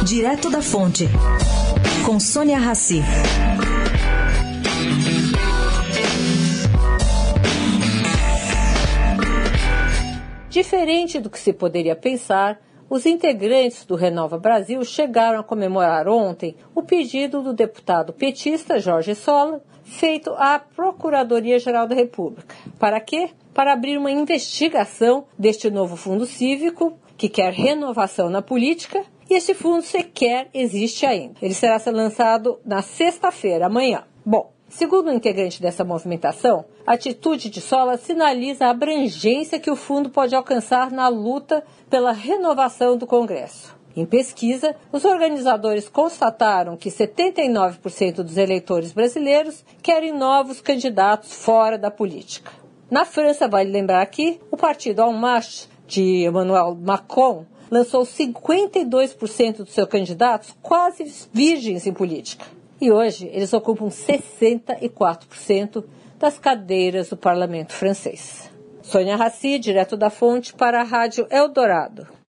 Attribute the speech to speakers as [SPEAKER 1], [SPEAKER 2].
[SPEAKER 1] Direto da Fonte, com Sônia Rassi.
[SPEAKER 2] Diferente do que se poderia pensar, os integrantes do Renova Brasil chegaram a comemorar ontem o pedido do deputado petista Jorge Sola, feito à Procuradoria-Geral da República. Para quê? Para abrir uma investigação deste novo fundo cívico, que quer renovação na política, e este fundo sequer existe ainda. Ele será lançado na sexta-feira, amanhã. Bom, segundo o integrante dessa movimentação, a atitude de Sola sinaliza a abrangência que o fundo pode alcançar na luta pela renovação do Congresso. Em pesquisa, os organizadores constataram que 79% dos eleitores brasileiros querem novos candidatos fora da política. Na França, vale lembrar aqui, o partido En Marche de Emmanuel Macron lançou 52% dos seus candidatos quase virgens em política. E hoje eles ocupam 64% das cadeiras do parlamento francês. Sônia Rassi, direto da Fonte, para a Rádio Eldorado.